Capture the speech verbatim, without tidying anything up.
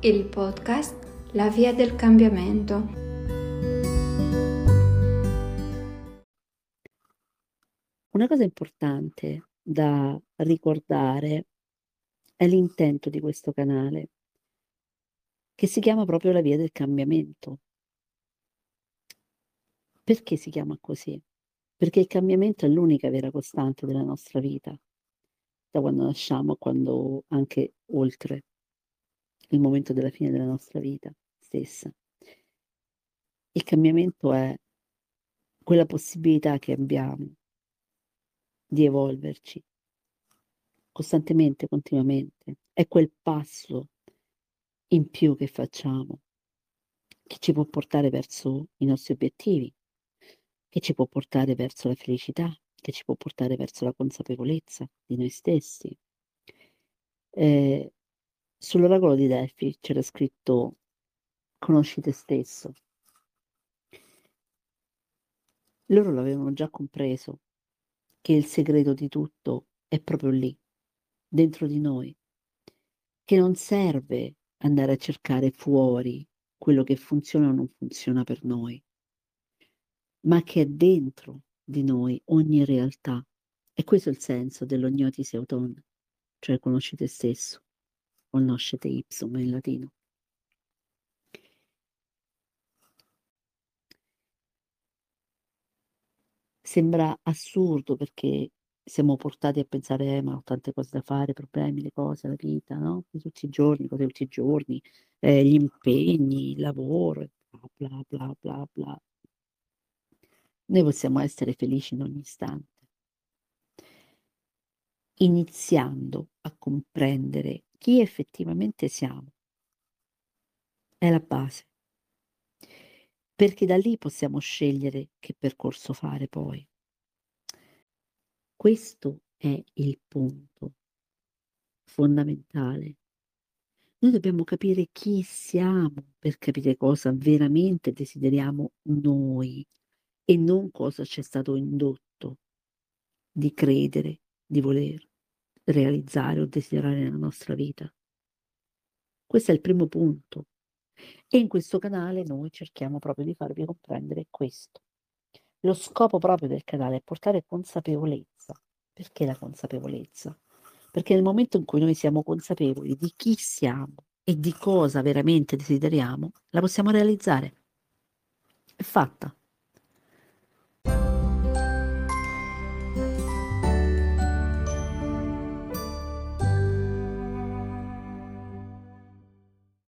il podcast La via del cambiamento. Una cosa importante da ricordare è l'intento di questo canale, che si chiama proprio La via del cambiamento. Perché si chiama così? Perché il cambiamento è l'unica vera costante della nostra vita, da quando nasciamo a quando anche oltre il momento della fine della nostra vita stessa. Il cambiamento è quella possibilità che abbiamo di evolverci costantemente, continuamente. È quel passo in più che facciamo, che ci può portare verso i nostri obiettivi, che ci può portare verso la felicità, che ci può portare verso la consapevolezza di noi stessi. Ehm, sull'oracolo di Delfi c'era scritto: "Conosci te stesso". Loro l'avevano già compreso che il segreto di tutto è proprio lì, dentro di noi, che non serve andare a cercare fuori quello che funziona o non funziona per noi, ma che è dentro di noi ogni realtà. E questo è il senso dell'ognosi auton, cioè conosci te stesso, o noscete ipsum in latino. Sembra assurdo perché siamo portati a pensare: "Eh, ma ho tante cose da fare, problemi, le cose, la vita, no, di tutti i giorni, cose di tutti i giorni, ehm, gli impegni, il lavoro e bla, bla, bla, bla, bla". Noi possiamo essere felici in ogni istante, iniziando a comprendere chi effettivamente siamo. È la base, perché da lì possiamo scegliere che percorso fare poi. Questo è il punto fondamentale. Noi dobbiamo capire chi siamo per capire cosa veramente desideriamo noi e non cosa ci è stato indotto di credere, di voler realizzare o desiderare nella nostra vita. Questo è il primo punto e in questo canale noi cerchiamo proprio di farvi comprendere questo. Lo scopo proprio del canale è portare consapevolezza. Perché la consapevolezza? Perché nel momento in cui noi siamo consapevoli di chi siamo e di cosa veramente desideriamo, la possiamo realizzare. È fatta.